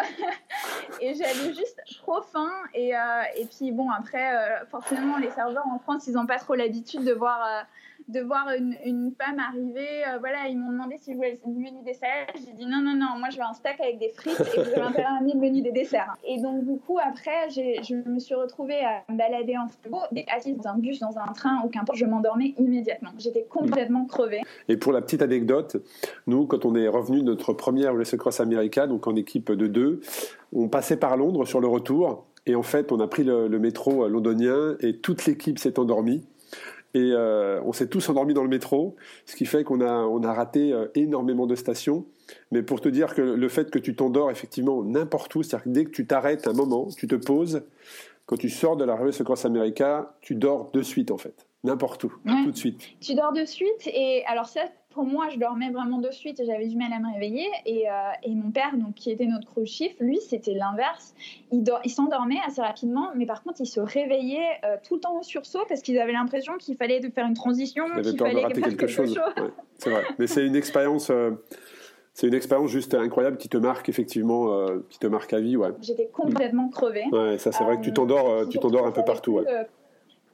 et j'avais juste trop faim. Et, euh, et puis, bon, après, euh, forcément, les serveurs en France, ils n'ont pas trop l'habitude de voir... Euh, de voir une, une femme arriver, euh, voilà, ils m'ont demandé si je voulais le menu des desserts. J'ai dit non, non, non, moi je veux un steak avec des frites et je veux un le menu des desserts. Et donc du coup, après, j'ai, je me suis retrouvée à me balader en vélo, assise dans un bus, dans un train, ou qu'importe, je m'endormais immédiatement. J'étais complètement crevée. Et pour la petite anecdote, nous, quand on est revenu de notre première Race Cross America, donc en équipe de deux, on passait par Londres sur le retour, et en fait, on a pris le, le métro londonien, et toute l'équipe s'est endormie. Et euh, on s'est tous endormis dans le métro, ce qui fait qu'on a, on a raté euh, énormément de stations. Mais pour te dire que le fait que tu t'endors effectivement n'importe où, c'est-à-dire que dès que tu t'arrêtes un moment, tu te poses, quand tu sors de la Race Cross America, tu dors de suite en fait, n'importe où, ouais. Tout de suite. Tu dors de suite, et alors ça, pour moi, je dormais vraiment de suite et j'avais du mal à me réveiller. Et, euh, et mon père, donc, qui était notre crew chief, lui, c'était l'inverse. Il, dor- il s'endormait assez rapidement, mais par contre, il se réveillait euh, tout le temps au sursaut parce qu'ils avaient l'impression qu'il fallait de faire une transition, il avait qu'il peur fallait de rater quelque, quelque chose. chose. Ouais, c'est vrai. Mais c'est une expérience... Euh... C'est une expérience juste incroyable qui te marque effectivement, euh, qui te marque à vie, ouais. J'étais complètement crevée. Ouais, ça c'est vrai euh, que tu t'endors, euh, tu t'endors un peu partout, plus, ouais. Euh,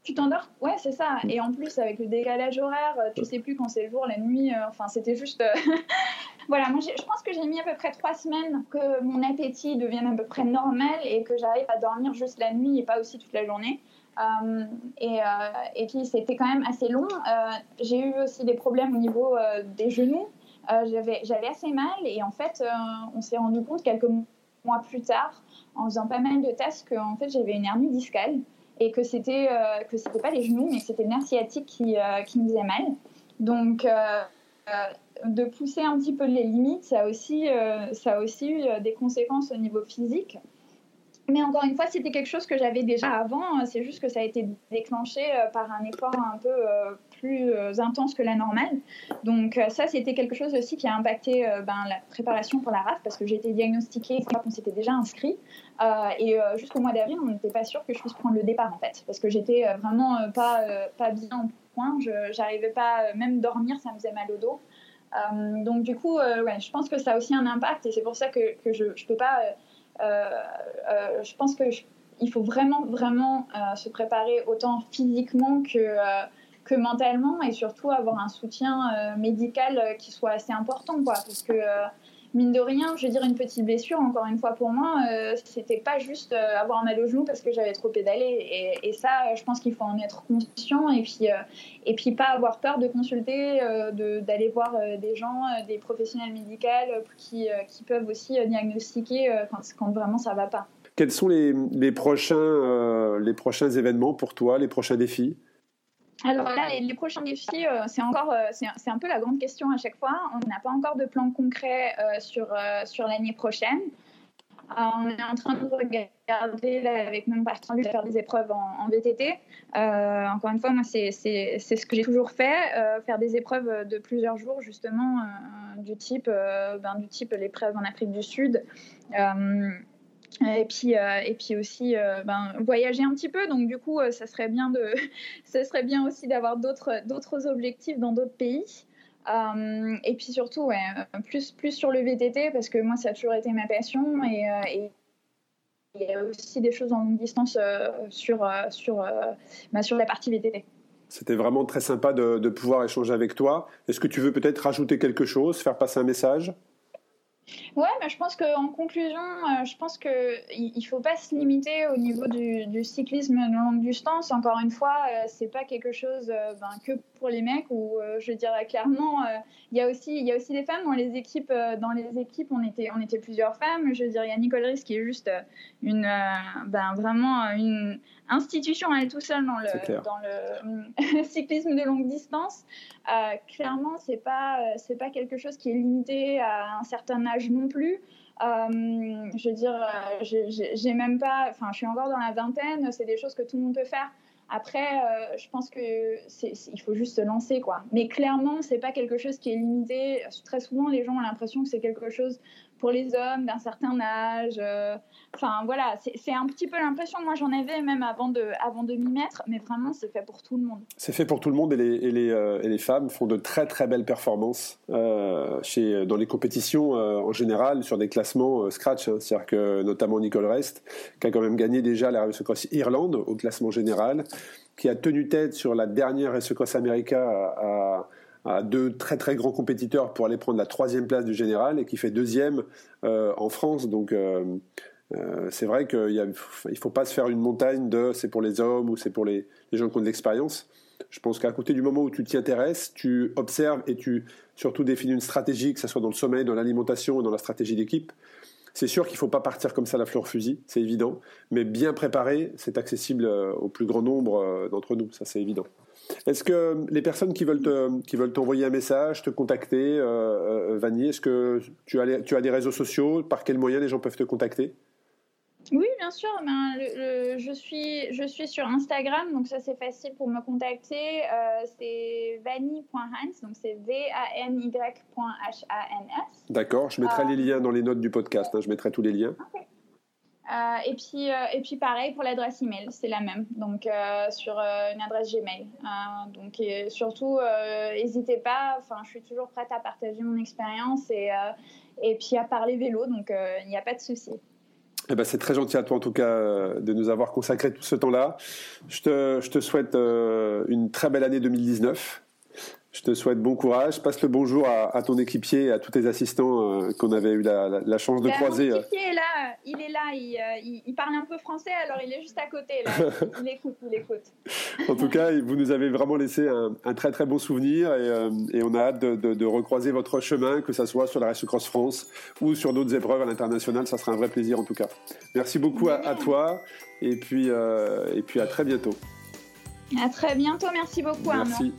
Tu t'endors? Ouais, c'est ça. Et en plus, avec le décalage horaire, tu sais plus quand c'est le jour, la nuit. Euh, enfin, c'était juste. Euh... voilà, moi, je pense que j'ai mis à peu près trois semaines que mon appétit devienne à peu près normal et que j'arrive à dormir juste la nuit et pas aussi toute la journée. Euh, et, euh, et puis, c'était quand même assez long. Euh, j'ai eu aussi des problèmes au niveau euh, des genoux. Euh, j'avais, j'avais assez mal et en fait, euh, on s'est rendu compte quelques mois plus tard, en faisant pas mal de tests, qu'en fait, j'avais une hernie discale. Et que c'était euh, que c'était pas les genoux, mais que c'était le nerf sciatique qui, euh, qui me faisait mal. Donc, euh, euh, de pousser un petit peu les limites, ça a aussi, euh, ça a aussi eu des conséquences au niveau physique. Mais encore une fois, c'était quelque chose que j'avais déjà avant. C'est juste que ça a été déclenché par un effort un peu euh, plus euh, intense que la normale. Donc euh, ça, c'était quelque chose aussi qui a impacté euh, ben, la préparation pour la R A F parce que j'ai été diagnostiquée, on s'était déjà inscrit. Euh, et euh, jusqu'au mois d'avril, on n'était pas sûr que je puisse prendre le départ en fait, parce que j'étais euh, vraiment euh, pas, euh, pas bien en point. Je n'arrivais pas, euh, même dormir, ça me faisait mal au dos. Euh, donc du coup, euh, ouais, je pense que ça a aussi un impact et c'est pour ça que, que je ne peux pas... Euh, Euh, euh, je pense qu'il faut vraiment, vraiment euh, se préparer autant physiquement que, euh, que mentalement et surtout avoir un soutien euh, médical euh, qui soit assez important, quoi, parce que euh, mine de rien, je veux dire, une petite blessure, encore une fois pour moi, euh, c'était pas juste euh, avoir mal au genou parce que j'avais trop pédalé et, et ça, je pense qu'il faut en être conscient et puis, euh, et puis pas avoir peur de consulter, euh, de, d'aller voir euh, des gens, euh, des professionnels médicaux euh, qui, euh, qui peuvent aussi euh, diagnostiquer euh, quand, quand vraiment ça va pas. Quels sont les, les, prochains, euh, les prochains événements pour toi, les prochains défis ? Alors là, les, les prochains défis, euh, c'est encore, euh, c'est, c'est un peu la grande question à chaque fois. On n'a pas encore de plan concret euh, sur, euh, sur l'année prochaine. Euh, on est en train de regarder là, avec mon partenaire de faire des épreuves en, en V T T. Euh, encore une fois, moi, c'est, c'est, c'est ce que j'ai toujours fait, euh, faire des épreuves de plusieurs jours, justement, euh, du type, euh, ben, du type l'épreuve en Afrique du Sud. Euh, Et puis, euh, et puis aussi euh, ben, voyager un petit peu. Donc, du coup, euh, ça, serait bien de, ça serait bien aussi d'avoir d'autres, d'autres objectifs dans d'autres pays. Euh, et puis surtout, ouais, plus, plus sur le V T T, parce que moi, ça a toujours été ma passion. Et, euh, et il y a aussi des choses en longue distance euh, sur, euh, sur, euh, ben, sur la partie V T T. C'était vraiment très sympa de, de pouvoir échanger avec toi. Est-ce que tu veux peut-être rajouter quelque chose, faire passer un message ? Ouais, mais je pense qu'en conclusion, euh, je pense qu'il ne faut pas se limiter au niveau du, du cyclisme de longue distance. Encore une fois, euh, ce n'est pas quelque chose euh, ben, que pour les mecs, ou euh, je dirais clairement, il euh, y, a aussi, y a aussi des femmes dans les équipes. Euh, dans les équipes, on était, on était plusieurs femmes. Je dirais, il y a Nicole Riss qui est juste une, euh, ben, vraiment une institution à elle tout seule dans le, dans le cyclisme de longue distance. Euh, clairement, ce n'est pas, c'est pas quelque chose qui est limité à un certain âge non plus. Euh, je veux dire, euh, j'ai, j'ai même pas, enfin, je suis encore dans la vingtaine, c'est des choses que tout le monde peut faire. Après, euh, je pense que c'est, c'est, il faut juste se lancer, quoi. Mais clairement, c'est pas quelque chose qui est limité. Très souvent, les gens ont l'impression que c'est quelque chose pour les hommes d'un certain âge. Enfin, euh, voilà, c'est, c'est un petit peu l'impression que moi j'en avais même avant de, avant de m'y mettre, mais vraiment, c'est fait pour tout le monde. C'est fait pour tout le monde et les, et les, euh, et les femmes font de très très belles performances euh, chez, dans les compétitions euh, en général, sur des classements euh, scratch. Hein. C'est-à-dire que notamment Nicole Rest, qui a quand même gagné déjà la Race Cross Irlande au classement général, qui a tenu tête sur la dernière Race Cross America à, à à deux très très grands compétiteurs pour aller prendre la troisième place du général et qui fait deuxième euh, en France. Donc euh, euh, c'est vrai qu'il ne faut pas se faire une montagne de c'est pour les hommes ou c'est pour les, les gens qui ont de l'expérience. Je pense qu'à côté du moment où tu t'y intéresses, tu observes et tu surtout définis une stratégie, que ce soit dans le sommeil, dans l'alimentation et dans la stratégie d'équipe. C'est sûr qu'il ne faut pas partir comme ça la fleur au fusil, c'est évident, mais bien préparé, c'est accessible au plus grand nombre d'entre nous, ça c'est évident. Est-ce que les personnes qui veulent, te, qui veulent t'envoyer un message, te contacter, euh, euh, Vanny, est-ce que tu as, les, tu as des réseaux sociaux? Par quels moyens les gens peuvent te contacter? Oui, bien sûr. Ben, le, le, je, suis, je suis sur Instagram, donc ça c'est facile pour me contacter. Euh, c'est vanny point hans, donc c'est V A N Y H A N S. D'accord, je mettrai euh, les liens dans les notes du podcast, hein, je mettrai tous les liens. Okay. Euh, et, puis, euh, et puis pareil pour l'adresse email, c'est la même, donc euh, sur euh, une adresse Gmail. Euh, donc et surtout, n'hésitez pas, enfin je suis toujours prête à partager mon expérience et, euh, et puis à parler vélo, donc il n'y a pas de souci. Eh ben, c'est très gentil à toi en tout cas de nous avoir consacré tout ce temps-là. Je te, je te souhaite euh, une très belle année deux mille dix-neuf. Je te souhaite bon courage. Passe le bonjour à, à ton équipier et à tous tes assistants euh, qu'on avait eu la, la, la chance de ben, croiser. Mon équipier est là, il est là, il, euh, il, il parle un peu français, alors il est juste à côté. Là. Il, il écoute, il écoute. En tout cas, vous nous avez vraiment laissé un, un très très bon souvenir et, euh, et on a hâte de, de, de recroiser votre chemin, que ce soit sur la Race Cross France ou sur d'autres épreuves à l'international. Ça sera un vrai plaisir en tout cas. Merci beaucoup à, à toi et puis, euh, et puis à très bientôt. À très bientôt, merci beaucoup Arnaud. Merci.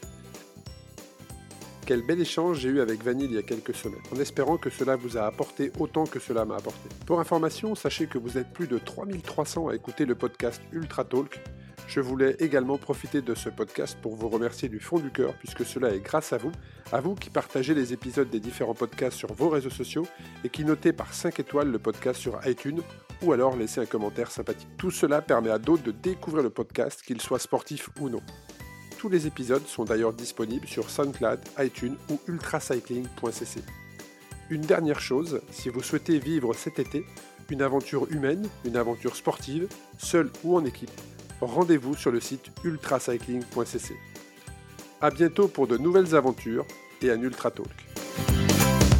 Quel bel échange j'ai eu avec Vanille il y a quelques semaines, en espérant que cela vous a apporté autant que cela m'a apporté. Pour information, sachez que vous êtes plus de trois mille trois cents à écouter le podcast Ultra Talk. Je voulais également profiter de ce podcast pour vous remercier du fond du cœur, puisque cela est grâce à vous, à vous qui partagez les épisodes des différents podcasts sur vos réseaux sociaux et qui notez par cinq étoiles le podcast sur iTunes ou alors laissez un commentaire sympathique. Tout cela permet à d'autres de découvrir le podcast, qu'il soit sportif ou non. Tous les épisodes sont d'ailleurs disponibles sur SoundCloud, iTunes ou ultracycling point c c. Une dernière chose, si vous souhaitez vivre cet été une aventure humaine, une aventure sportive, seule ou en équipe, rendez-vous sur le site ultracycling point c c. A bientôt pour de nouvelles aventures et un Ultra Talk.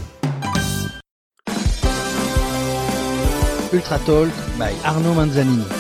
Ultra Talk by Arnaud Manzanini.